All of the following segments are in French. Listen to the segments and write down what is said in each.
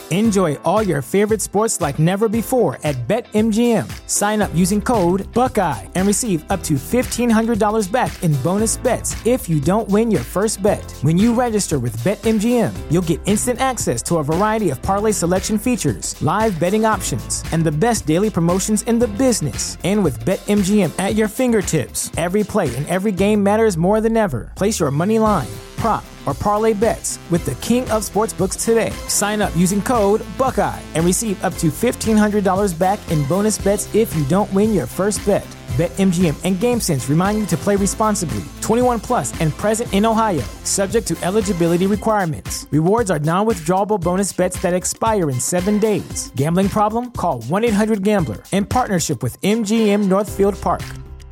Enjoy all your favorite sports like never before at BetMGM. Sign up using code Buckeye and receive up to $1,500 back in bonus bets if you don't win your first bet. When you register with BetMGM, you'll get instant access to a variety of parlay selection features, live betting options, and the best daily promotions in the business. And with BetMGM at your fingertips, every play and every game matters more than ever. Place your money line, prop, or parlay bets with the king of sportsbooks today. Sign up using code Buckeye and receive up to $1,500 back in bonus bets if you don't win your first bet. BetMGM and GameSense remind you to play responsibly. 21 plus and present in Ohio, subject to eligibility requirements. Rewards are non-withdrawable bonus bets that expire in 7 days. Gambling problem? Call 1-800-GAMBLER. In partnership with MGM Northfield Park.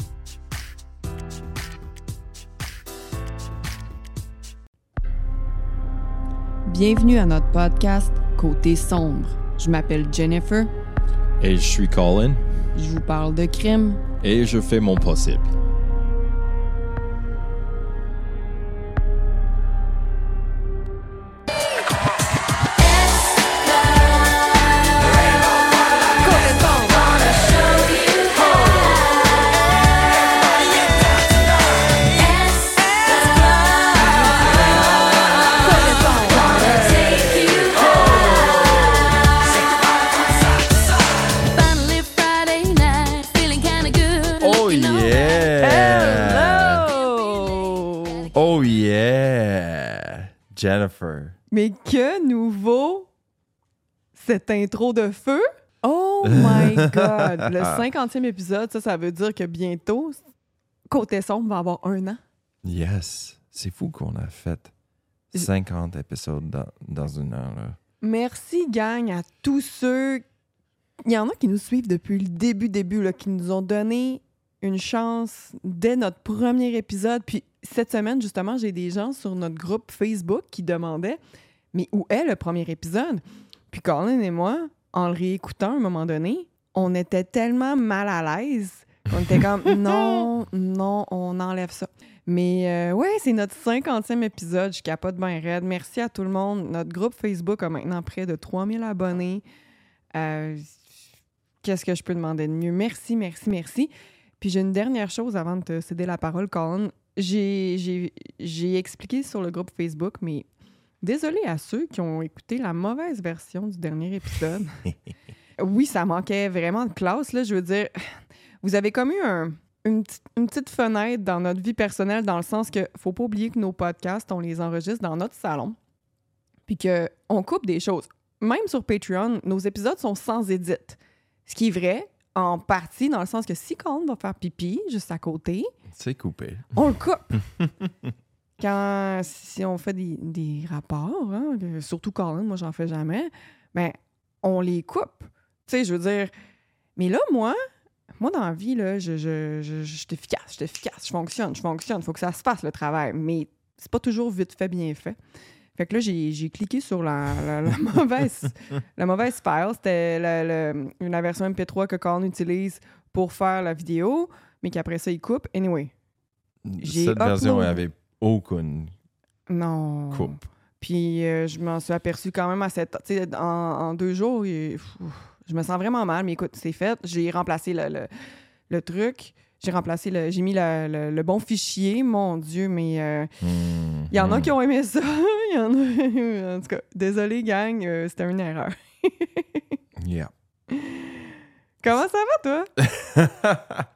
Bienvenue à notre podcast Côté sombre. Je m'appelle Jennifer. Et je suis Colin. Je vous parle de crime. Et je fais mon possible. Jennifer. Mais que nouveau cette intro de feu? Oh my God! Le 50e épisode, ça veut dire que bientôt, Côté sombre va avoir 1 an. Yes! C'est fou qu'on a fait 50 épisodes dans une heure. Là. Merci, gang, à tous ceux... Il y en a qui nous suivent depuis le début, là, qui nous ont donné une chance dès notre premier épisode. Puis cette semaine, justement, j'ai des gens sur notre groupe Facebook qui demandaient « Mais où est le premier épisode? » Puis Colin et moi, en le réécoutant à un moment donné, on était tellement mal à l'aise qu'on était comme « Non, on enlève ça. » Mais ouais, c'est notre 50e épisode. Je capote bien raide. Merci à tout le monde. Notre groupe Facebook a maintenant près de 3000 abonnés. Qu'est-ce que je peux demander de mieux? Merci. Puis j'ai une dernière chose avant de te céder la parole, Colin. J'ai expliqué sur le groupe Facebook, mais désolé à ceux qui ont écouté la mauvaise version du dernier épisode. Oui, ça manquait vraiment de classe, là. Je veux dire, vous avez comme eu une petite fenêtre dans notre vie personnelle, dans le sens que faut pas oublier que nos podcasts, on les enregistre dans notre salon, puis qu'on coupe des choses. Même sur Patreon, nos épisodes sont sans edit. Ce qui est vrai, en partie, dans le sens que si Colin va faire pipi juste à côté, c'est coupé. On le coupe. Si on fait des rapports, hein, surtout Colin, moi j'en fais jamais, ben on les coupe. Tu sais, je veux dire. Mais là, moi dans la vie, là, je suis efficace, je fonctionne. Faut que ça se fasse le travail. Mais c'est pas toujours vite fait, bien fait. Fait que là, j'ai cliqué sur la mauvaise file. C'était la version MP3 que Colin utilise pour faire la vidéo, mais qu'après ça, il coupe. Anyway. Cette version avait aucune coupe. Puis je m'en suis aperçue quand même en 2 jours. Je me sens vraiment mal, mais écoute, c'est fait. J'ai remplacé le truc. J'ai mis le bon fichier, mon Dieu, mais il y en a qui ont aimé ça. Il y en a... En tout cas, désolé, gang, c'était une erreur. Yeah. Comment ça va, toi?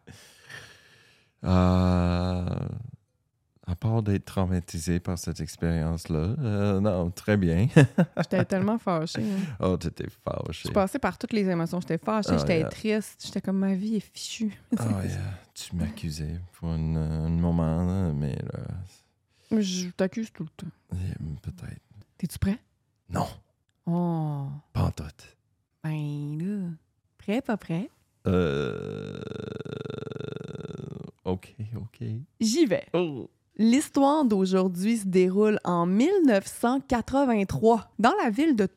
À part d'être traumatisé par cette expérience-là, non, très bien. J'étais tellement fâchée. Hein. Oh, t'étais fâchée. Je suis passée par toutes les émotions. J'étais fâchée, j'étais triste. J'étais comme, ma vie est fichue. Oh, yeah. Tu m'accusais pour un moment, là, mais là... Je t'accuse tout le temps. Peut-être. T'es-tu prêt? Non. Oh. Pas en tout. Ben là, prêt, pas prêt? OK. J'y vais. Oh. L'histoire d'aujourd'hui se déroule en 1983, dans la ville de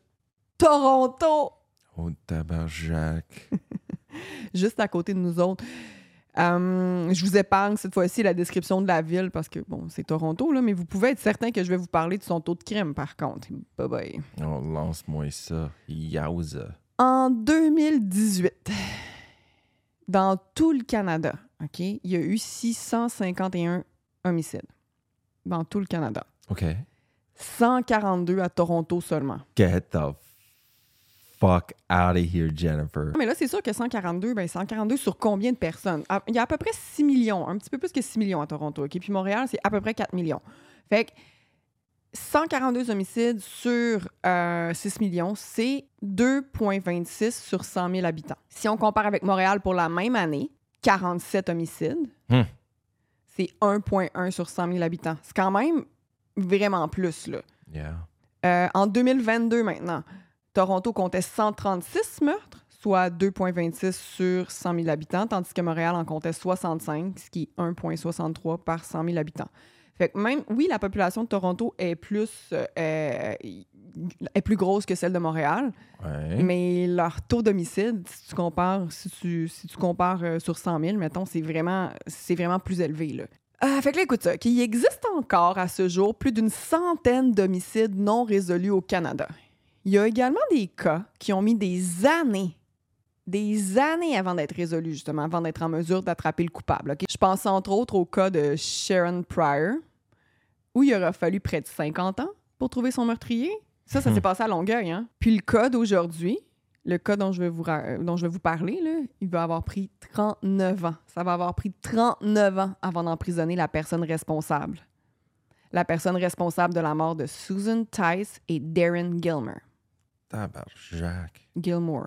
Toronto. Oh, tabarnak. Juste à côté de nous autres. Je vous épargne cette fois-ci la description de la ville parce que, bon, c'est Toronto, là, mais vous pouvez être certain que je vais vous parler de son taux de crime, par contre. Bye bye. Oh, lance-moi ça. Yowza. En 2018, dans tout le Canada, OK, il y a eu 651 homicides. Dans tout le Canada. OK. 142 à Toronto seulement. Get the fuck out of here, Jennifer. Mais là, c'est sûr que 142, 142 sur combien de personnes? Il y a à peu près 6 millions, un petit peu plus que 6 millions à Toronto, OK? Puis Montréal, c'est à peu près 4 millions. Fait que 142 homicides sur 6 millions, c'est 2,26 sur 100 000 habitants. Si on compare avec Montréal pour la même année, 47 homicides, c'est 1,1 sur 100 000 habitants. C'est quand même vraiment plus, là. Yeah. En 2022, maintenant, Toronto comptait 136 meurtres, soit 2,26 sur 100 000 habitants, tandis que Montréal en comptait 65, ce qui est 1,63 par 100 000 habitants. Fait que même, oui, la population de Toronto est plus grosse que celle de Montréal, Ouais. mais leur taux d'homicide, si tu compares sur 100 000, mettons, c'est vraiment plus élevé, là. Fait que là, écoute ça, qu'il existe encore à ce jour plus d'une centaine d'homicides non résolus au Canada. Il y a également des cas qui ont mis des années avant d'être résolus, justement, avant d'être en mesure d'attraper le coupable. Okay? Je pense entre autres au cas de Sharon Pryor, où il aura fallu près de 50 ans pour trouver son meurtrier. Ça s'est passé à Longueuil. Hein? Puis le cas d'aujourd'hui, le cas dont je vais vous parler, là, il va avoir pris 39 ans. Ça va avoir pris 39 ans avant d'emprisonner la personne responsable. La personne responsable de la mort de Susan Tice et Darren Gilmer. Tabarjac. Gilmore.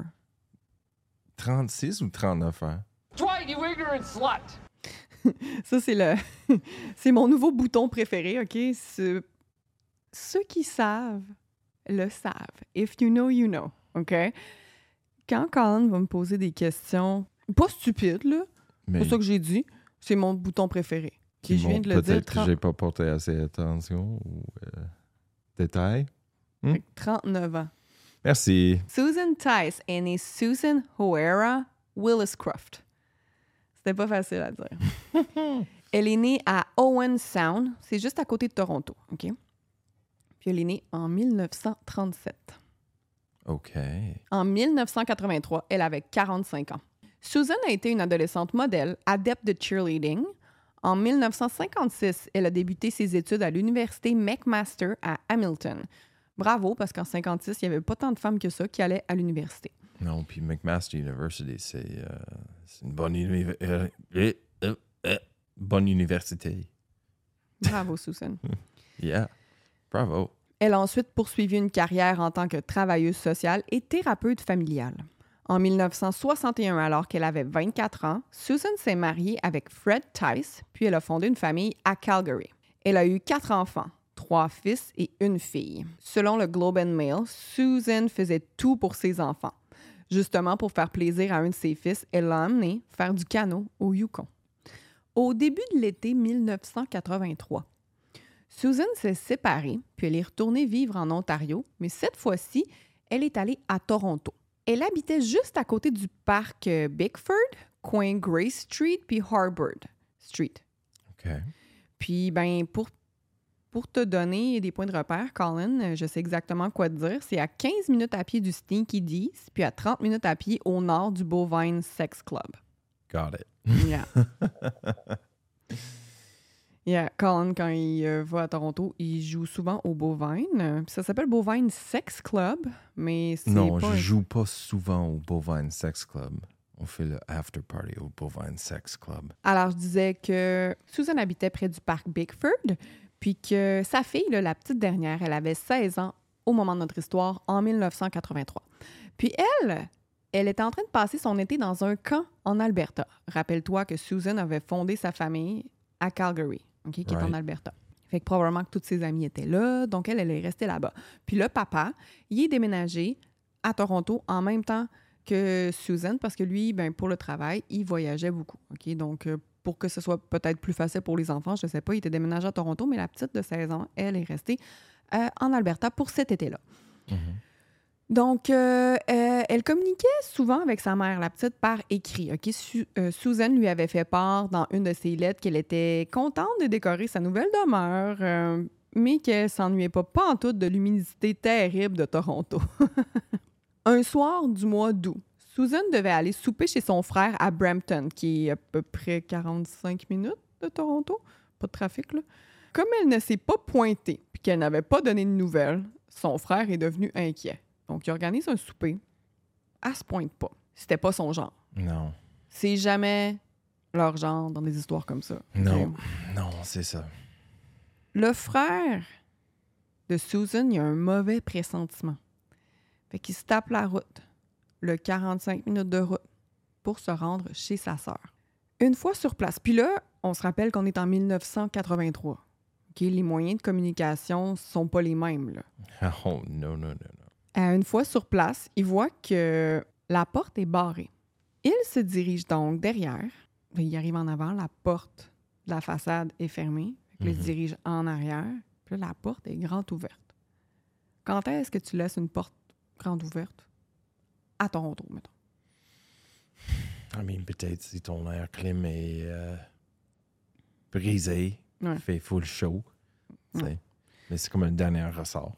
36 ou 39 ans? Dwight, you ignorant slut! Ça, c'est mon nouveau bouton préféré, OK? Ceux qui savent le savent. If you know, you know, OK? Quand Colin va me poser des questions, pas stupides, là, Mais c'est ça que j'ai dit, c'est mon bouton préféré. Qui je viens de le dire. Peut-être que j'ai pas porté assez attention aux détails. 39 ans. Merci. Susan Tice est née Susan Hoera Williscroft. C'était pas facile à dire. Elle est née à Owen Sound, c'est juste à côté de Toronto, OK? Puis elle est née en 1937. OK. En 1983, elle avait 45 ans. Susan a été une adolescente modèle, adepte de cheerleading. En 1956, elle a débuté ses études à l'université McMaster à Hamilton. Bravo, parce qu'en 56, il n'y avait pas tant de femmes que ça qui allaient à l'université. Non, puis McMaster University, c'est une bonne, bonne université. Bravo, Susan. Yeah. Bravo. Elle a ensuite poursuivi une carrière en tant que travailleuse sociale et thérapeute familiale. En 1961, alors qu'elle avait 24 ans, Susan s'est mariée avec Fred Tice, puis elle a fondé une famille à Calgary. Elle a eu 4 enfants, 3 fils et 1 fille. Selon le Globe and Mail, Susan faisait tout pour ses enfants. Justement, pour faire plaisir à un de ses fils, elle l'a amené faire du canot au Yukon. Au début de l'été 1983, Susan s'est séparée, puis elle est retournée vivre en Ontario, mais cette fois-ci, elle est allée à Toronto. Elle habitait juste à côté du parc Bickford, coin Grace Street, puis Harbour Street. OK. Puis, pour te donner des points de repère, Colin, je sais exactement quoi te dire. C'est à 15 minutes à pied du Stinky Dee's, puis à 30 minutes à pied au nord du Bovine Sex Club. Got it. Yeah. Yeah, Colin, quand il va à Toronto, il joue souvent au Bovine. Ça s'appelle Bovine Sex Club, mais c'est Non, pas... je joue pas souvent au Bovine Sex Club. On fait le after party au Bovine Sex Club. Alors, je disais que Susan habitait près du parc Bickford, puis que sa fille, là, la petite dernière, elle avait 16 ans au moment de notre histoire, en 1983. Puis elle était en train de passer son été dans un camp en Alberta. Rappelle-toi que Susan avait fondé sa famille à Calgary, qui est en Alberta. Fait que probablement que toutes ses amies étaient là, donc elle est restée là-bas. Puis le papa, il est déménagé à Toronto en même temps que Susan, parce que lui, pour le travail, il voyageait beaucoup. OK? Donc, pour que ce soit peut-être plus facile pour les enfants, je ne sais pas, il était déménagé à Toronto, mais la petite de 16 ans, elle est restée en Alberta pour cet été-là. Mm-hmm. Donc, elle elle communiquait souvent avec sa mère, la petite, par écrit. OK? Susan lui avait fait part dans une de ses lettres qu'elle était contente de décorer sa nouvelle demeure, mais qu'elle s'ennuyait pas pantoute de l'humidité terrible de Toronto. Un soir du mois d'août, Susan devait aller souper chez son frère à Brampton, qui est à peu près 45 minutes de Toronto. Pas de trafic, là. Comme elle ne s'est pas pointée et qu'elle n'avait pas donné de nouvelles, son frère est devenu inquiet. Donc, il organise un souper. Elle se pointe pas. C'était pas son genre. Non. C'est jamais leur genre dans des histoires comme ça. Non. Non, c'est ça. Le frère de Susan, il a un mauvais pressentiment. Fait qu'il se tape la route, le 45 minutes de route, pour se rendre chez sa sœur. Une fois sur place, puis là, on se rappelle qu'on est en 1983. OK? Les moyens de communication sont pas les mêmes, là. Oh, non, non, non, non. Une fois sur place, il voit que la porte est barrée. Il se dirige donc derrière. Il arrive en avant, la porte de la façade est fermée. Il se dirige en arrière. Puis là, la porte est grande ouverte. Quand est-ce que tu laisses une porte grande ouverte? À Toronto, mettons. I mean, peut-être si ton air clim est brisé, Ouais. fait full chaud. Ouais. Mais c'est comme un dernier ressort.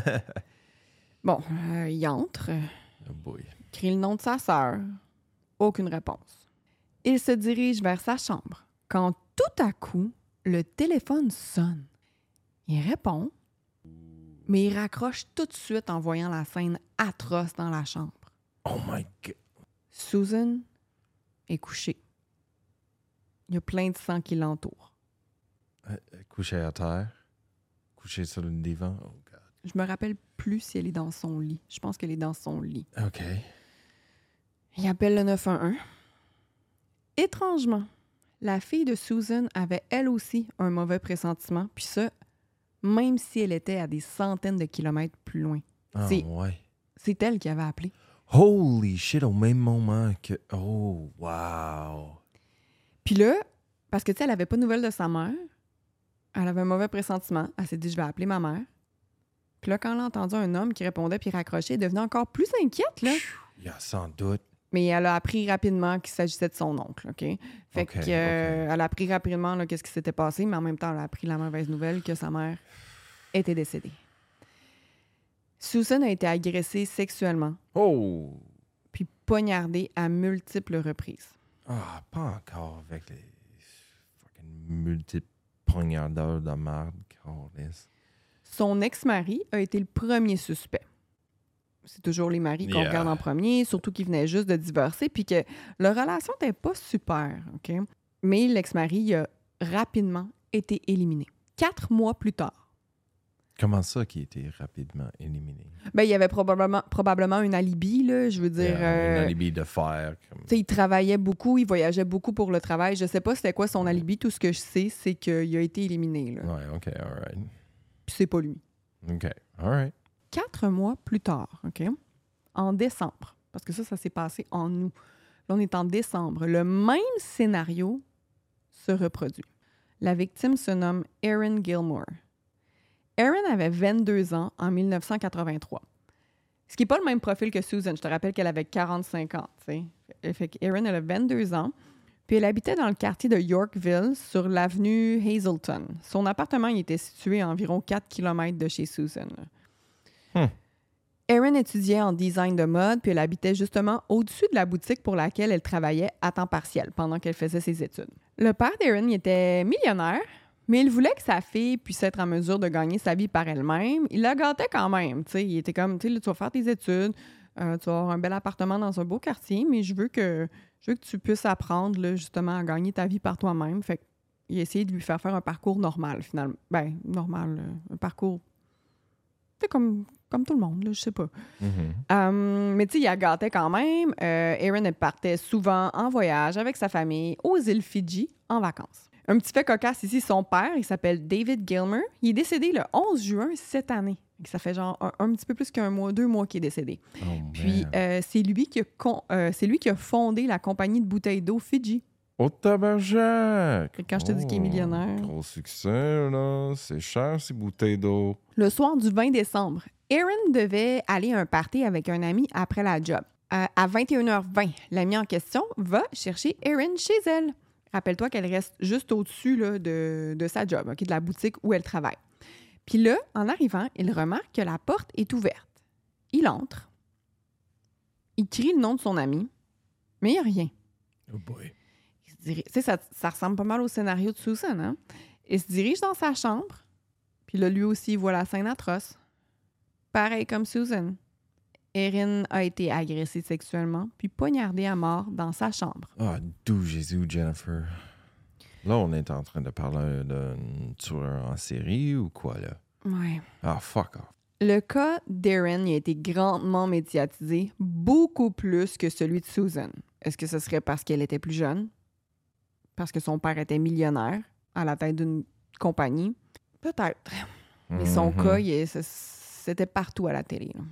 Bon, il entre, Oh boy. crie le nom de sa sœur. Aucune réponse. Il se dirige vers sa chambre quand tout à coup, le téléphone sonne. Il répond, mais il raccroche tout de suite en voyant la scène atroce dans la chambre. Oh my God. Susan est couchée. Il y a plein de sang qui l'entoure. Couché à terre. Couché sur le divan. Oh God. Je me rappelle plus si elle est dans son lit. Je pense qu'elle est dans son lit. OK. Il appelle le 911. Étrangement, la fille de Susan avait elle aussi un mauvais pressentiment, puis ça, même si elle était à des centaines de kilomètres plus loin. Ah, C'est- ouais. C'est elle qui avait appelé. Holy shit, au même moment que... Oh, wow. Puis là, parce que tu sais, elle avait pas de nouvelles de sa mère, elle avait un mauvais pressentiment. Elle s'est dit, je vais appeler ma mère. Puis là, quand elle a entendu un homme qui répondait puis raccrochait, elle devenait encore plus inquiète, là. Il y a sans doute. Mais elle a appris rapidement qu'il s'agissait de son oncle, OK? Fait OK, que, OK. elle a appris rapidement là, qu'est-ce qui s'était passé, mais en même temps, elle a appris la mauvaise nouvelle que sa mère était décédée. Susan a été agressée sexuellement Oh! puis poignardée à multiples reprises. Ah, pas encore avec les fucking multiples poignardeurs de merde. câlisse. Son ex-mari a été le premier suspect. C'est toujours les maris qu'on Yeah. regarde en premier, surtout qu'ils venaient juste de divorcer, puis que leur relation n'était pas super, OK? Mais l'ex-mari a rapidement été éliminé. 4 mois plus tard. Comment ça qui a été rapidement éliminé? Ben, il y avait probablement un alibi, là, je veux dire. Un alibi de fer. Comme... Tu sais, il travaillait beaucoup, il voyageait beaucoup pour le travail. Je sais pas c'était quoi son alibi. Tout ce que je sais, c'est qu'il a été éliminé, là. Ouais, OK, all right. Puis c'est pas lui. OK, all right. 4 mois plus tard, OK? En décembre, parce que ça s'est passé en août. Là, on est en décembre. Le même scénario se reproduit. La victime se nomme Erin Gilmore. Erin avait 22 ans en 1983. Ce qui n'est pas le même profil que Susan. Je te rappelle qu'elle avait 45 ans. T'sais. Fait qu'Erin, elle a 22 ans. Puis elle habitait dans le quartier de Yorkville, sur l'avenue Hazelton. Son appartement il était situé à environ 4 km de chez Susan. Erin étudiait en design de mode, puis elle habitait justement au-dessus de la boutique pour laquelle elle travaillait à temps partiel pendant qu'elle faisait ses études. Le père d'Erin était millionnaire, mais il voulait que sa fille puisse être en mesure de gagner sa vie par elle-même. Il la gâtait quand même. T'sais. Il était comme, tu vas faire tes études, tu vas avoir un bel appartement dans un beau quartier, mais je veux que tu puisses apprendre là, justement à gagner ta vie par toi-même. Fait qu'il a essayé de lui faire un parcours normal, finalement. Ben, normal, un parcours... C'est comme tout le monde, là, je sais pas. Mais tu sais, il la gâtait quand même. Erin, elle partait souvent en voyage avec sa famille aux îles Fidji en vacances. Un petit fait cocasse ici, son père, il s'appelle David Gilmer. Il est décédé le 11 juin cette année. Ça fait genre un petit peu plus qu'un mois, 2 mois qu'il est décédé. Oh, Puis man. c'est lui qui a fondé la compagnie de bouteilles d'eau Fidji. Au tabarnak! Fait que quand je te dis qu'il est millionnaire. Gros succès, là. C'est cher, ces bouteilles d'eau. Le soir du 20 décembre, Erin devait aller à un party avec un ami après la job. À 21h20, l'amie en question va chercher Erin chez elle. Rappelle-toi qu'elle reste juste au-dessus là, de sa job, de la boutique où elle travaille. Puis là, en arrivant, il remarque que la porte est ouverte. Il entre. Il crie le nom de son ami, mais il n'y a rien. Oh boy. Ça ressemble pas mal au scénario de Susan, hein? Il se dirige dans sa chambre, puis là, lui aussi, il voit la scène atroce. Pareil comme Susan. Erin a été agressée sexuellement, puis poignardée à mort dans sa chambre. Ah, d'où Jésus, Jennifer. Là, on est en train de parler d'un tueur en série ou quoi, là? Ouais. Ah, fuck off. Le cas d'Erin a été grandement médiatisé, beaucoup plus que celui de Susan. Est-ce que ce serait parce qu'elle était plus jeune? Parce que son père était millionnaire, à la tête d'une compagnie? Peut-être. Mais son cas, c'était partout à la télé. Là.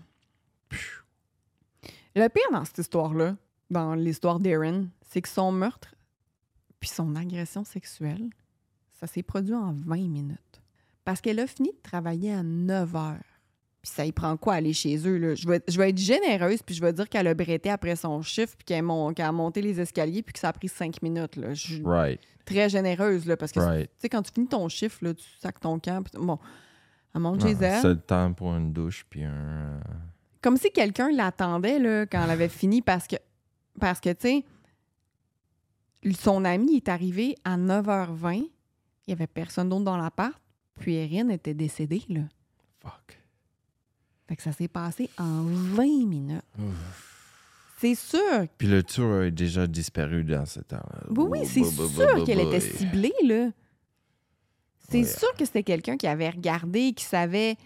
Le pire dans cette histoire-là, dans l'histoire d'Erin, c'est que son meurtre puis son agression sexuelle, ça s'est produit en 20 minutes. Parce qu'elle a fini de travailler à 9 heures. Puis ça y prend quoi aller chez eux? Là? Je vais être généreuse, puis je vais dire qu'elle a bretté après son chiffre, puis qu'elle a monté les escaliers, puis que ça a pris 5 minutes. Là. Je suis très généreuse, là, parce que tu sais, quand tu finis ton chiffre, là, tu sacs ton camp. Puis, bon, elle monte chez elle. C'est le temps pour une douche, puis un... Comme si quelqu'un l'attendait là, quand elle avait fini, parce que tu sais, son ami est arrivé à 9h20, il n'y avait personne d'autre dans l'appart, puis Erin était décédée, là. Fuck. Fait que ça s'est passé en 20 minutes. Ouf. C'est sûr. Puis le tueur est déjà disparu dans ce temps-là. Oui, c'est sûr qu'elle était ciblée, là. C'est sûr que c'était quelqu'un qui avait regardé, qui savait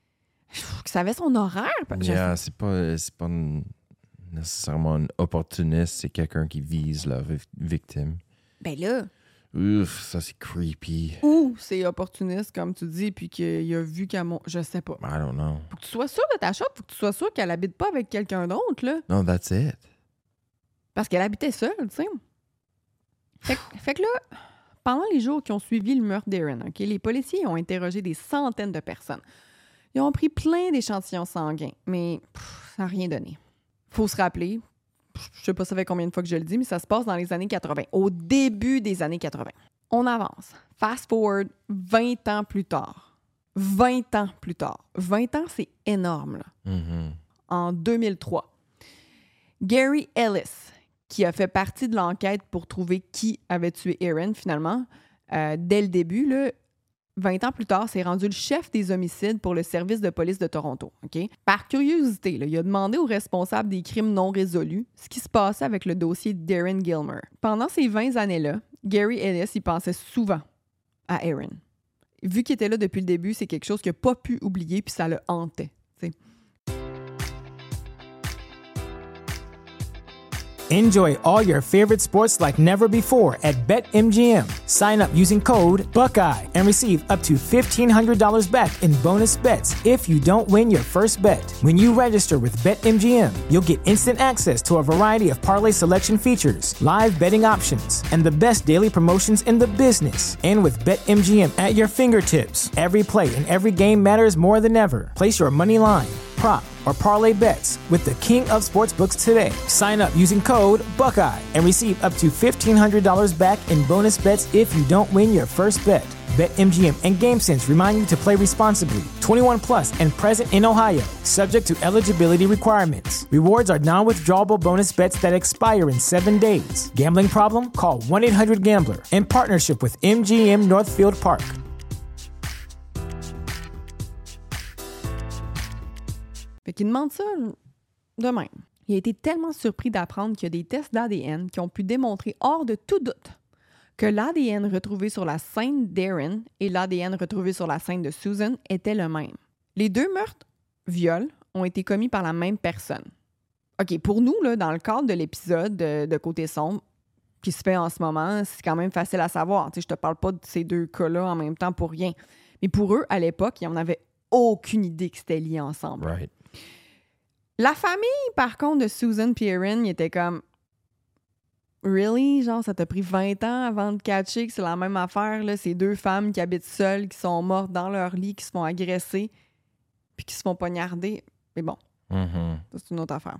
son horaire. C'est pas nécessairement un opportuniste, c'est quelqu'un qui vise la victime. Ben là... Ouf, ça c'est creepy. Ou c'est opportuniste, comme tu dis, puis qu'il a vu qu'elle... Je sais pas. I don't know. Faut que tu sois sûr de ta shop, faut que tu sois sûr qu'elle habite pas avec quelqu'un d'autre, là. No, that's it. Parce qu'elle habitait seule, tu sais. Fait que là, pendant les jours qui ont suivi le meurtre d'Erin, les policiers ont interrogé des centaines de personnes. Ils ont pris plein d'échantillons sanguins, mais ça n'a rien donné. Faut se rappeler, je sais pas ça fait combien de fois que je le dis, mais ça se passe dans les années 80, au début des années 80. On avance. Fast forward 20 ans plus tard. 20 ans plus tard. 20 ans, c'est énorme, là. Mm-hmm. En 2003, Gary Ellis, qui a fait partie de l'enquête pour trouver qui avait tué Erin, finalement, dès le début, là, 20 ans plus tard, s'est rendu le chef des homicides pour le service de police de Toronto. Okay? Par curiosité, là, il a demandé aux responsables des crimes non résolus ce qui se passait avec le dossier d'Erin Gilmer. Pendant ces 20 années-là, Gary Ellis y pensait souvent à Erin. Vu qu'il était là depuis le début, c'est quelque chose qu'il n'a pas pu oublier, puis ça le hantait. T'sais. Enjoy all your favorite sports like never before at BetMGM. Sign up using code Buckeye and receive up to $1,500 back in bonus bets if you don't win your first bet. When you register with BetMGM, you'll get instant access to a variety of parlay selection features, live betting options, and the best daily promotions in the business. And with BetMGM at your fingertips, every play and every game matters more than ever. Place your money line, prop, or parlay bets with the king of sportsbooks today. Sign up using code Buckeye and receive up to $1,500 back in bonus bets if you don't win your first bet. BetMGM and GameSense remind you to play responsibly. 21 plus and present in Ohio, subject to eligibility requirements. Rewards are non-withdrawable bonus bets that expire in 7 days. Gambling problem? Call 1-800-GAMBLER. In partnership with MGM Northfield Park. Fait qu'il demande ça de même. Il a été tellement surpris d'apprendre qu'il y a des tests d'ADN qui ont pu démontrer hors de tout doute que l'ADN retrouvé sur la scène d'Erin et l'ADN retrouvé sur la scène de Susan étaient le même. Les deux meurtres, viols, ont été commis par la même personne. OK, pour nous, là, dans le cadre de l'épisode de Côté sombre qui se fait en ce moment, c'est quand même facile à savoir. Tu sais, je te parle pas de ces deux cas-là en même temps pour rien. Mais pour eux, à l'époque, ils n'en avaient aucune idée que c'était lié ensemble. Right. La famille, par contre, de Susan et Erin, il était comme « Really? Genre, ça t'a pris 20 ans avant de catcher que c'est la même affaire, là, ces deux femmes qui habitent seules, qui sont mortes dans leur lit, qui se font agresser, puis qui se font poignarder. » Mais bon, ça, c'est une autre affaire.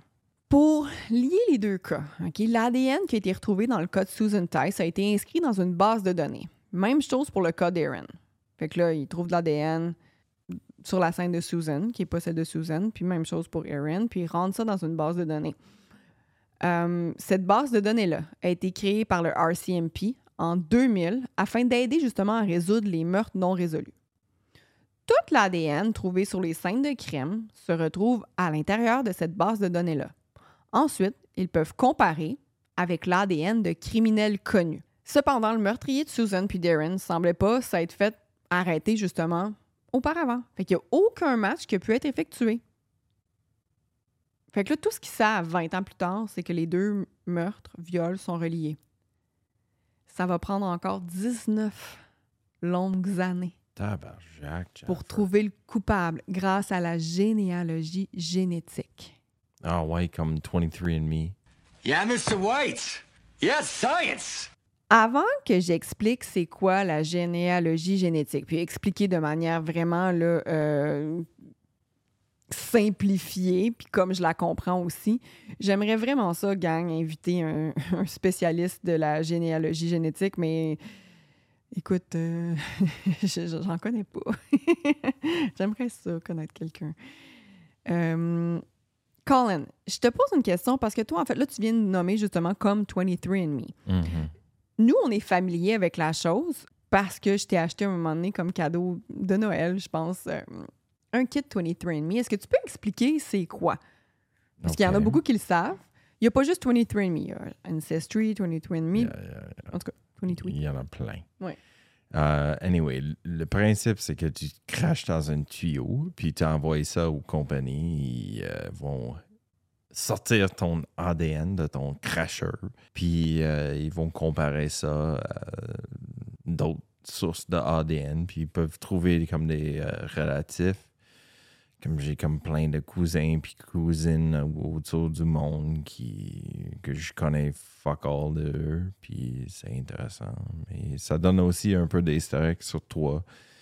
Pour lier les deux cas, OK, l'ADN qui a été retrouvé dans le cas de Susan Tice a été inscrit dans une base de données. Même chose pour le cas d'Aaron. Fait que là, il trouve de l'ADN sur la scène de Susan, qui n'est pas celle de Susan, puis même chose pour Aaron, puis il rentre ça dans une base de données. Cette base de données-là a été créée par le RCMP en 2000 afin d'aider justement à résoudre les meurtres non résolus. Toute l'ADN trouvé sur les scènes de crime se retrouve à l'intérieur de cette base de données-là. Ensuite, ils peuvent comparer avec l'ADN de criminels connus. Cependant, le meurtrier de Susan puis Darren ne semblait pas s'être fait arrêter justement auparavant. Fait qu'il n'y a aucun match qui a pu être effectué. Fait que là, tout ce qu'ils savent 20 ans plus tard, c'est que les deux meurtres, viols sont reliés. Ça va prendre encore 19 longues années Tabarnak, pour trouver le coupable grâce à la généalogie génétique. Ah ouais, comme 23andMe. Yeah, Mr. White. Yes, science. Avant que j'explique c'est quoi la généalogie génétique, puis expliquer de manière vraiment là, simplifiée, puis comme je la comprends aussi, j'aimerais vraiment ça, gang, inviter un spécialiste de la généalogie génétique, mais écoute, j'en connais pas. J'aimerais ça, connaître quelqu'un. Colin, je te pose une question parce que toi, en fait, là, tu viens de nommer justement comme 23andMe. Mm-hmm. Nous, on est familier avec la chose parce que je t'ai acheté à un moment donné comme cadeau de Noël, je pense, un kit 23andMe. Est-ce que tu peux expliquer c'est quoi? Parce qu'il y en a beaucoup qui le savent. Il n'y a pas juste 23andMe. Il y a Ancestry, 23andMe. En tout cas, 23. Il y en a plein. Ouais. Anyway, le principe, c'est que tu craches dans un tuyau, puis tu envoies ça aux compagnies. Ils vont sortir ton ADN de ton cracheur, puis ils vont comparer ça à d'autres sources de ADN, puis ils peuvent trouver comme des relatifs. Comme j'ai comme plein de cousins puis cousines autour du monde que je connais fuck all d'eux, puis c'est intéressant. Mais ça donne aussi un peu d'historique sur toi.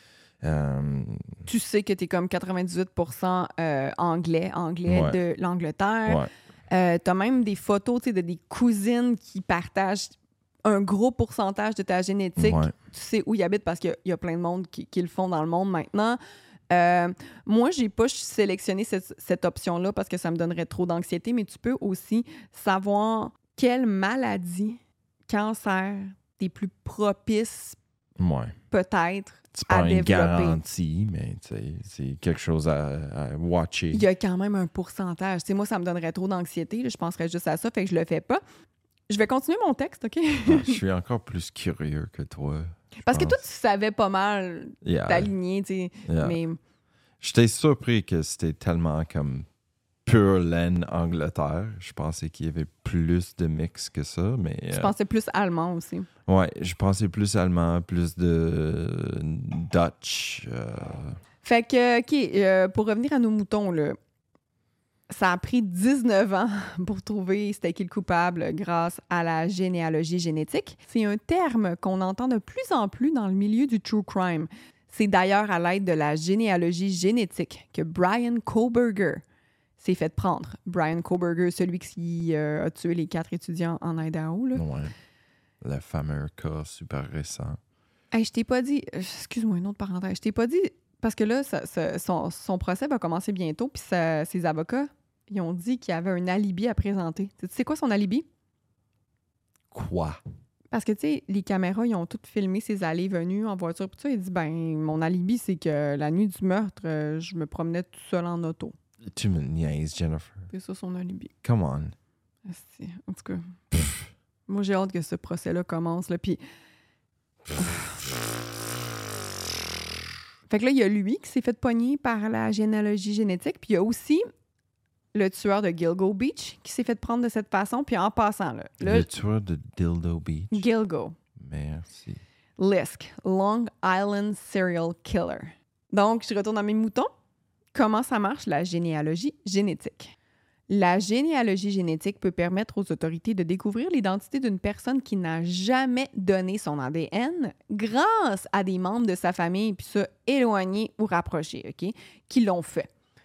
Tu sais que tu es comme 98% anglais Ouais. de l'Angleterre. Ouais. Tu as même des photos de des cousines qui partagent un gros pourcentage de ta génétique. Ouais. Tu sais où ils habitent parce qu'il y a plein de monde qui le font dans le monde maintenant. Moi, j'ai pas sélectionné cette option-là parce que ça me donnerait trop d'anxiété, mais tu peux aussi savoir quelle maladie, cancer, t'es plus propice Ouais. peut-être C'est à pas une développer. garantie, mais tu sais, c'est quelque chose à watcher. Il y a quand même un pourcentage. Tu sais, moi, ça me donnerait trop d'anxiété. Là, je penserais juste à ça, fait que je le fais pas. Je vais continuer mon texte, OK? Je suis encore plus curieux que toi. Parce que toi, tu savais pas mal t'aligner, tu sais. Yeah. Mais J'étais surpris que c'était tellement comme pure laine Angleterre. Je pensais qu'il y avait plus de mix que ça, mais... je pensais plus allemand aussi. Ouais, je pensais plus allemand, plus de Dutch. Fait que, OK, pour revenir à nos moutons, là, ça a pris 19 ans pour trouver c'était qui le coupable grâce à la généalogie génétique. C'est un terme qu'on entend de plus en plus dans le milieu du true crime. C'est d'ailleurs à l'aide de la généalogie génétique que Brian Kohberger s'est fait prendre. Brian Kohberger, celui qui a tué les 4 étudiants en Idaho. Là. Ouais. Le fameux cas super récent. Hey, je t'ai pas dit... Excuse-moi, une autre parenthèse. Je t'ai pas dit... Parce que là, son procès va commencer bientôt, puis ses avocats, ils ont dit qu'il y avait un alibi à présenter. Tu sais quoi son alibi? Quoi? Parce que, tu sais, les caméras, ils ont toutes filmé ses allées et venues en voiture. Puis ça, il dit, ben, mon alibi, c'est que la nuit du meurtre, je me promenais tout seul en auto. Tu me niaises, Jennifer. C'est ça, son alibi. Come on. Asti. En tout cas, moi, j'ai hâte que ce procès-là commence. Là, puis... Fait que là, il y a lui qui s'est fait pogner par la généalogie génétique. Puis il y a aussi le tueur de Gilgo Beach qui s'est fait prendre de cette façon. Puis en passant, là, Le tueur de Dildo Beach. Gilgo. Merci. Lisk, Long Island Serial Killer. Donc, je retourne à mes moutons. Comment ça marche, la généalogie génétique? La généalogie génétique peut permettre aux autorités de découvrir l'identité d'une personne qui n'a jamais donné son ADN grâce à des membres de sa famille, puis ça, éloignés ou rapprochés, OK, qui l'ont fait.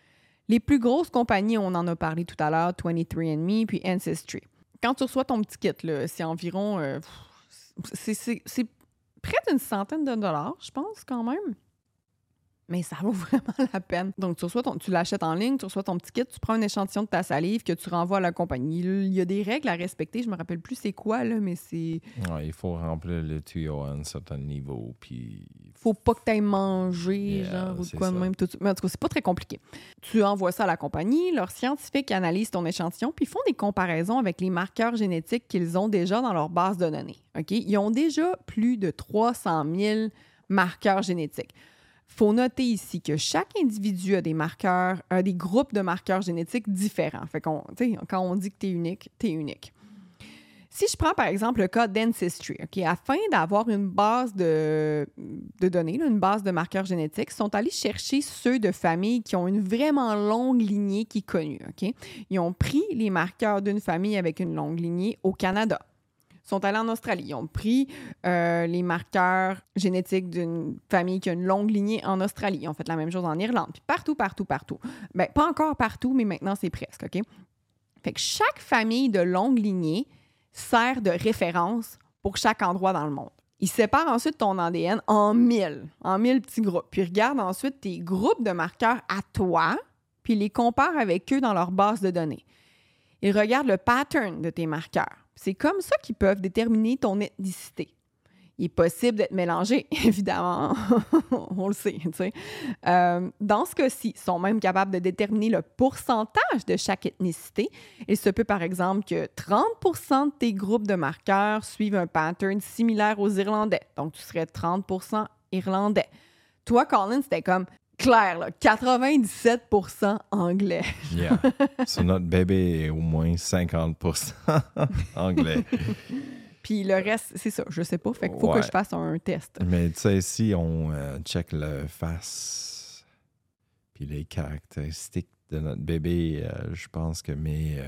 Les plus grosses compagnies, on en a parlé tout à l'heure, 23andMe puis Ancestry. Quand tu reçois ton petit kit, là, c'est environ... c'est près d'une centaine de dollars, je pense, quand même. Mais ça vaut vraiment la peine. Donc, tu l'achètes en ligne, tu reçois ton petit kit, tu prends un échantillon de ta salive que tu renvoies à la compagnie. Il y a des règles à respecter. Je me rappelle plus c'est quoi, là, mais c'est... Ouais, il faut remplir le tuyau à un certain niveau, puis... Faut pas que tu ailles manger, genre, ou de quoi de même. Tout... Mais en tout cas, c'est pas très compliqué. Tu envoies ça à la compagnie, leurs scientifiques analysent ton échantillon, puis font des comparaisons avec les marqueurs génétiques qu'ils ont déjà dans leur base de données. OK? Ils ont déjà plus de 300 000 marqueurs génétiques. Faut noter ici que chaque individu a des marqueurs, des groupes de marqueurs génétiques différents. Fait qu'on, quand on dit que tu es unique, tu es unique. Si je prends par exemple le cas d'Ancestry, okay, afin d'avoir une base de données, là, une base de marqueurs génétiques, ils sont allés chercher ceux de familles qui ont une vraiment longue lignée qui est connue. Okay? Ils ont pris les marqueurs d'une famille avec une longue lignée au Canada. Sont allés en Australie. Ils ont pris les marqueurs génétiques d'une famille qui a une longue lignée en Australie. Ils ont fait la même chose en Irlande. Puis partout. Bien, pas encore partout, mais maintenant, c'est presque, OK? Fait que chaque famille de longue lignée sert de référence pour chaque endroit dans le monde. Ils séparent ensuite ton ADN en 1000 petits groupes. Puis regardent ensuite tes groupes de marqueurs à toi, puis les comparent avec eux dans leur base de données. Ils regardent le pattern de tes marqueurs. C'est comme ça qu'ils peuvent déterminer ton ethnicité. Il est possible d'être mélangé, évidemment. On le sait, tu sais. Dans ce cas-ci, ils sont même capables de déterminer le pourcentage de chaque ethnicité. Il se peut, par exemple, que 30% de tes groupes de marqueurs suivent un pattern similaire aux Irlandais. Donc, tu serais 30% Irlandais. Toi, Colin, c'était comme... clair, là, 97% anglais. Yeah. So notre bébé est au moins 50% anglais. Puis le reste, c'est ça, je sais pas. Fait qu'il faut que je fasse un test. Mais tu sais, si on check le face puis les caractéristiques de notre bébé, je pense que mes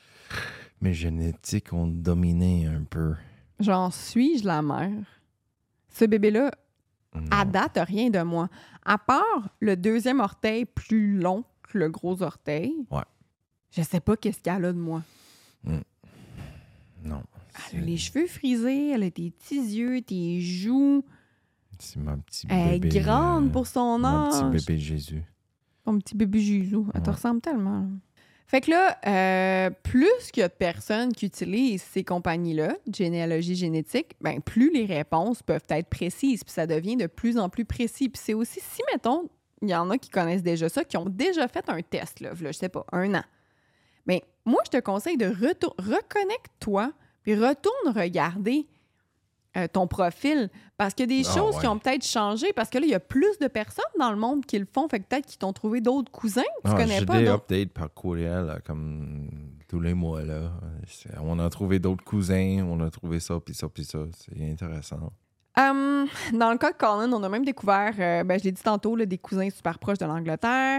génétiques ont dominé un peu. J'en suis-je la mère? Ce bébé-là, Non. à date, rien de moi. À part le deuxième orteil plus long que le gros orteil, je sais pas qu'est-ce qu'elle a de moi. Non. Elle a les cheveux frisés, elle a tes petits yeux, tes joues. C'est mon petit bébé. Elle est grande pour son âge. Mon petit bébé Jésus. Ton petit bébé Jésus. Elle te ressemble tellement. Là. Fait que là, plus qu'il y a de personnes qui utilisent ces compagnies-là, généalogie génétique, ben plus les réponses peuvent être précises, puis ça devient de plus en plus précis. Puis c'est aussi, si, mettons, il y en a qui connaissent déjà ça, qui ont déjà fait un test, là, je sais pas, 1 an. Bien, moi, je te conseille de reconnecte-toi, puis retourne regarder ton profil, parce qu'il y a des choses qui ont peut-être changé, parce que là, il y a plus de personnes dans le monde qui le font, fait que peut-être qu'ils t'ont trouvé d'autres cousins que tu connais pas. J'ai des updates par courriel, là, comme tous les mois. Là. On a trouvé d'autres cousins, on a trouvé ça, puis ça, puis ça. C'est intéressant. Dans le cas de Colin, on a même découvert, je l'ai dit tantôt, là, des cousins super proches de l'Angleterre.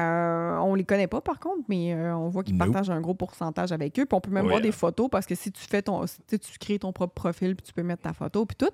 On les connaît pas, par contre, mais on voit qu'ils partagent un gros pourcentage avec eux. Puis on peut même voir des photos, parce que si tu fais tu crées ton propre profil, puis tu peux mettre ta photo, puis tout.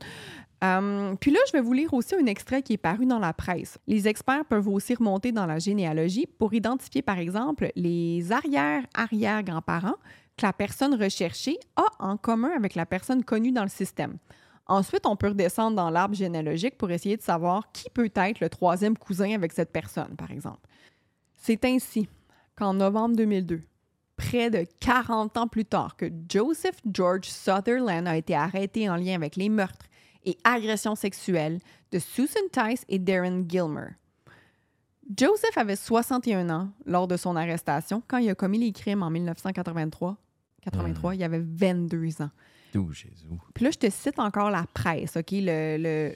Puis là, je vais vous lire aussi un extrait qui est paru dans la presse. Les experts peuvent aussi remonter dans la généalogie pour identifier, par exemple, les arrière-arrière-grands-parents que la personne recherchée a en commun avec la personne connue dans le système. Ensuite, on peut redescendre dans l'arbre généalogique pour essayer de savoir qui peut être le troisième cousin avec cette personne, par exemple. C'est ainsi qu'en novembre 2002, près de 40 ans plus tard, que Joseph George Sutherland a été arrêté en lien avec les meurtres et agressions sexuelles de Susan Tice et Darren Gilmer. Joseph avait 61 ans lors de son arrestation quand il a commis les crimes en 1983. Il avait 22 ans. Tout Jésus. Puis là, je te cite encore la presse, OK? Le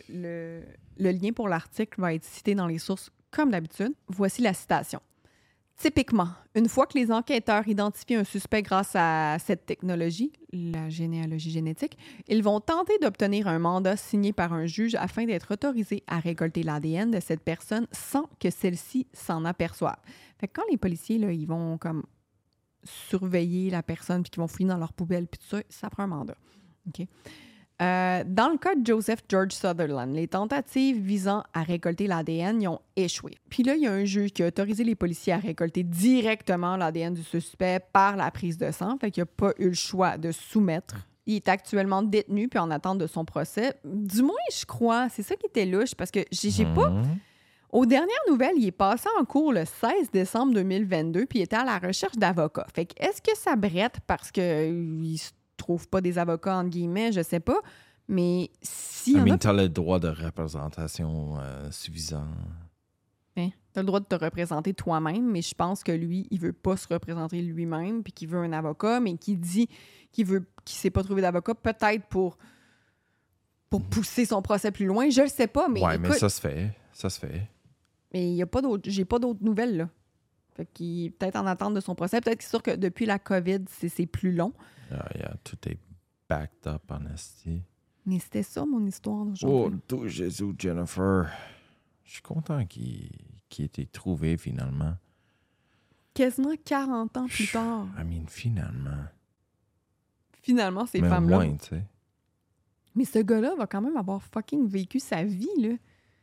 lien pour l'article va être cité dans les sources comme d'habitude. Voici la citation. Typiquement, une fois que les enquêteurs identifient un suspect grâce à cette technologie, la généalogie génétique, ils vont tenter d'obtenir un mandat signé par un juge afin d'être autorisés à récolter l'ADN de cette personne sans que celle-ci s'en aperçoive. Fait que quand les policiers, là, ils vont comme surveiller la personne puis qu'ils vont fouiller dans leur poubelle puis tout ça, ça prend un mandat. OK? Dans le cas de Joseph George Sutherland, les tentatives visant à récolter l'ADN y ont échoué. Puis là, il y a un juge qui a autorisé les policiers à récolter directement l'ADN du suspect par la prise de sang, fait qu'il n'a pas eu le choix de soumettre. Il est actuellement détenu puis en attente de son procès. Du moins, je crois. C'est ça qui était louche parce que j'ai pas... Aux dernières nouvelles, il est passé en cours le 16 décembre 2022 puis il était à la recherche d'avocats. Fait que est-ce que ça brette parce qu'il se trouve pas des avocats, entre guillemets, je sais pas. Mais si t'as le droit de représentation suffisant. Hein? T'as le droit de te représenter toi-même, mais je pense que lui, il veut pas se représenter lui-même puis qu'il veut un avocat, mais qui dit qu'il s'est pas trouvé d'avocat, peut-être pour pousser son procès plus loin. Je le sais pas, mais Ouais, écoute, mais ça se fait. Ça se fait. mais il y a pas d'autres, j'ai pas d'autres nouvelles, là. Fait qu'il est peut-être en attente de son procès. Peut-être que c'est sûr que depuis la COVID, c'est plus long. Tout est backed up en esti. Mais c'était ça, mon histoire Oh, d'aujourd'hui. tout Jésus, Jennifer. Je suis content qu'il ait été trouvé finalement. Quasiment 40 ans plus tard. Finalement. Finalement, ces Mais femmes-là. au moins, tu sais. Mais ce gars-là va quand même avoir fucking vécu sa vie, là.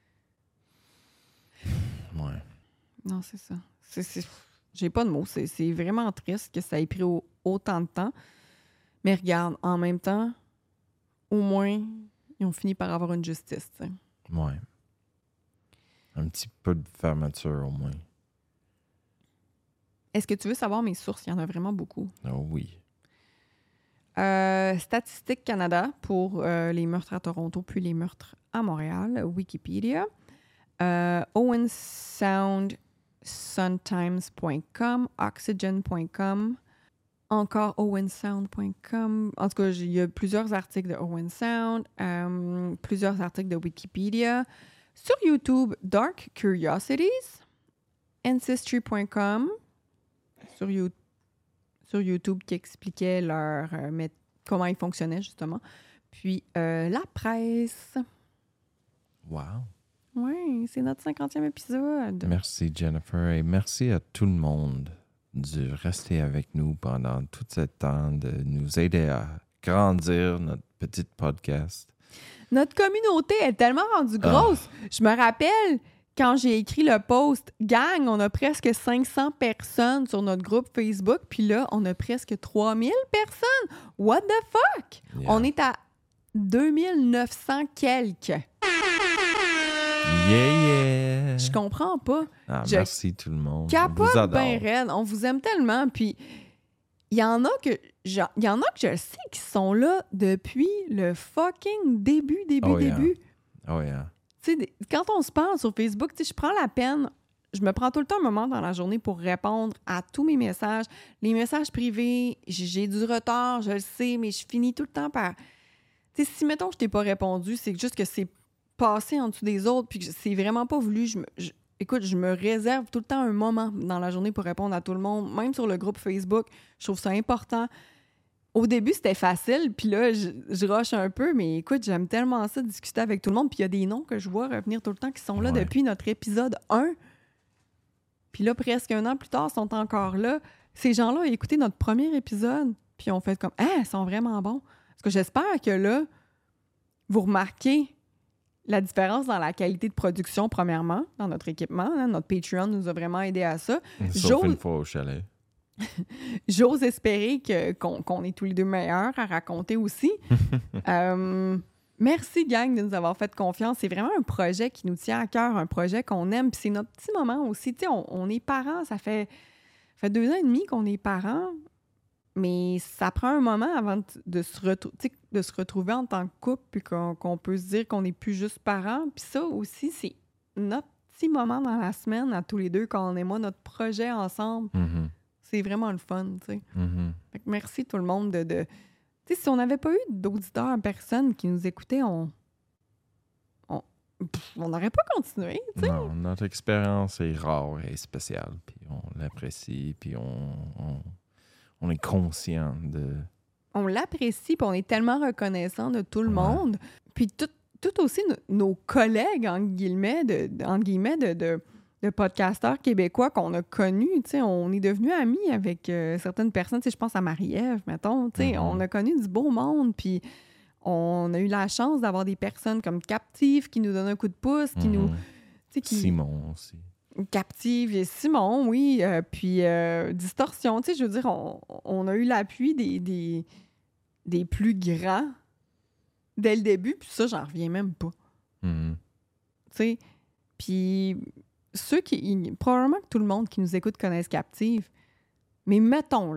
Ouais. Non, c'est ça. J'ai pas de mots. C'est vraiment triste que ça ait pris autant de temps. Mais regarde, en même temps, au moins, ils ont fini par avoir une justice, tu sais. Ouais. Un petit peu de fermeture au moins. Est-ce que tu veux savoir mes sources? Il y en a vraiment beaucoup. Oh oui. Statistique Canada pour les meurtres à Toronto puis les meurtres à Montréal. Wikipédia. owensoundsuntimes.com, oxygen.com, encore owensound.com. En tout cas, il y a plusieurs articles de Owen Sound, plusieurs articles de Wikipédia. Sur YouTube, Dark Curiosities, ancestry.com, sur YouTube qui expliquait comment ils fonctionnaient, justement. Puis la presse. Wow. Oui, c'est notre 50e épisode. Merci Jennifer et merci à tout le monde de rester avec nous pendant tout ce temps, de nous aider à grandir notre petit podcast. Notre communauté est tellement rendue grosse. Je me rappelle quand j'ai écrit le post, gang, on a presque 500 personnes sur notre groupe Facebook, puis là, on a presque 3000 personnes. What the fuck? Yeah. On est à 2900 quelques. Yeah! Je comprends pas. Merci tout le monde. On vous Capote adore. bien raide. On vous aime tellement. Puis, il y en a que je sais qui sont là depuis le fucking début. Oh yeah. Tu sais, quand on se parle sur Facebook, tu sais, je prends la peine, je me prends tout le temps un moment dans la journée pour répondre à tous mes messages. Les messages privés, j'ai du retard, je le sais, mais je finis tout le temps par... Tu sais, si, mettons, je t'ai pas répondu, c'est juste que c'est passé en dessous des autres, puis que c'est vraiment pas voulu. Écoute, je me réserve tout le temps un moment dans la journée pour répondre à tout le monde, même sur le groupe Facebook. Je trouve ça important. Au début, c'était facile, puis là, je rush un peu, mais écoute, j'aime tellement ça, discuter avec tout le monde, puis il y a des noms que je vois revenir tout le temps qui sont là depuis notre épisode 1. Puis là, presque un an plus tard, ils sont encore là. Ces gens-là ont écouté notre premier épisode, puis ont fait comme « Ah, ils sont vraiment bons! » Parce que j'espère que là, vous remarquez la différence dans la qualité de production, premièrement, dans notre équipement. Hein, notre Patreon nous a vraiment aidé à ça. Sauf une fois au chalet. J'ose espérer qu'on est tous les deux meilleurs à raconter aussi. Merci, gang, de nous avoir fait confiance. C'est vraiment un projet qui nous tient à cœur, un projet qu'on aime. Puis c'est notre petit moment aussi. Tu sais, on est parents, ça fait 2 ans et demi qu'on est parents, mais ça prend un moment avant de se retrouver en tant que couple, puis qu'on peut se dire qu'on n'est plus juste parents. Puis ça aussi, c'est notre petit moment dans la semaine, à tous les deux, quand on est notre projet ensemble. Mm-hmm. C'est vraiment le fun, tu sais. Mm-hmm. Fait que merci tout le monde de... Tu sais, si on n'avait pas eu d'auditeurs, personne qui nous écoutait, on n'aurait pas continué, tu sais. Non, notre expérience est rare et spéciale, puis on l'apprécie, puis on est conscient de... On l'apprécie, puis on est tellement reconnaissant de tout le monde. Puis tout aussi nos collègues, entre guillemets, de podcasteurs québécois qu'on a connus, tu sais, on est devenus amis avec certaines personnes, tu sais, je pense à Marie-Ève, mettons, tu sais, on a connu du beau monde, puis On a eu la chance d'avoir des personnes comme Captive qui nous donnent un coup de pouce, qui nous... Simon aussi. Captive et Simon, oui. Puis Distorsion, tu sais, je veux dire, on a eu l'appui des plus grands dès le début, puis ça, j'en reviens même pas. Mm-hmm. Tu sais, puis ceux qui... Probablement que tout le monde qui nous écoute connaisse Captive, mais mettons,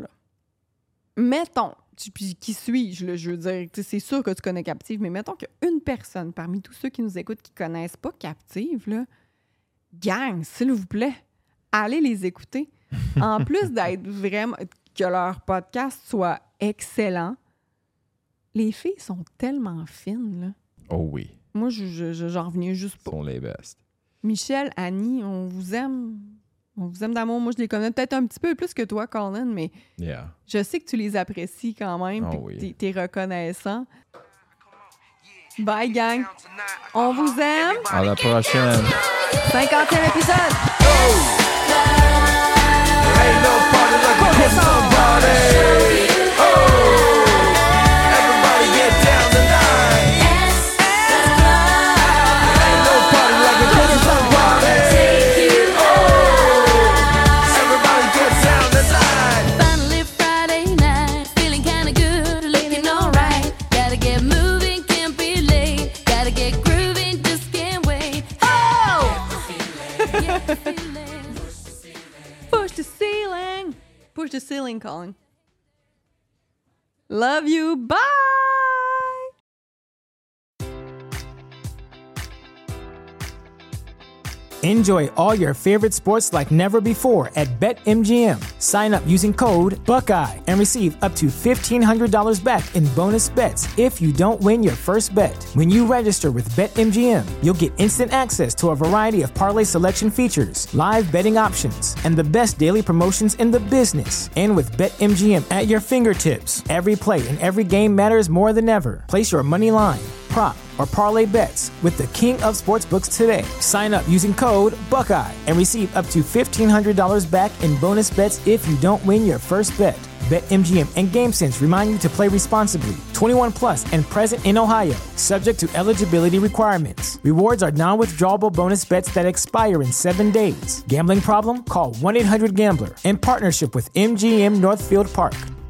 puis qui suis-je, là, je veux dire, tu sais, c'est sûr que tu connais Captive, mais mettons qu'il y a une personne parmi tous ceux qui nous écoutent qui connaissent pas Captive, là, gang, s'il vous plaît, allez les écouter. En plus d'être vraiment... que leur podcast soit excellent, les filles sont tellement fines, là. Oh oui. Moi, j'en reviens juste Ils pas. sont les best. Michel, Annie, on vous aime. On vous aime d'amour. Moi, je les connais peut-être un petit peu plus que toi, Colin, mais je sais que tu les apprécies quand même et que t'es reconnaissant. Bye, gang. On vous aime. À la prochaine. 50e épisode. Ain't no party like a Christmas party. Oh, everybody get down tonight. Ain't no party like a Christmas party. Oh, everybody get down tonight. Finally Friday night, feeling kinda good, looking alright. Gotta get moving, can't be late. Gotta get grooving, just can't wait. Oh! Get the feeling. Push the ceiling. Push the ceiling, Colin. Love you. Bye. Enjoy all your favorite sports like never before at BetMGM. Sign up using code Buckeye and receive up to $1,500 back in bonus bets if you don't win your first bet. When you register with BetMGM, you'll get instant access to a variety of parlay selection features, live betting options, and the best daily promotions in the business. And with BetMGM at your fingertips, every play and every game matters more than ever. Place your money line, prop, or parlay bets with the king of sportsbooks today. Sign up using code Buckeye and receive up to $1,500 back in bonus bets if you don't win your first bet. BetMGM and GameSense remind you to play responsibly. 21 plus and present in Ohio, subject to eligibility requirements. Rewards are non-withdrawable bonus bets that expire in 7 days. Gambling problem? Call 1-800-GAMBLER in partnership with MGM Northfield Park.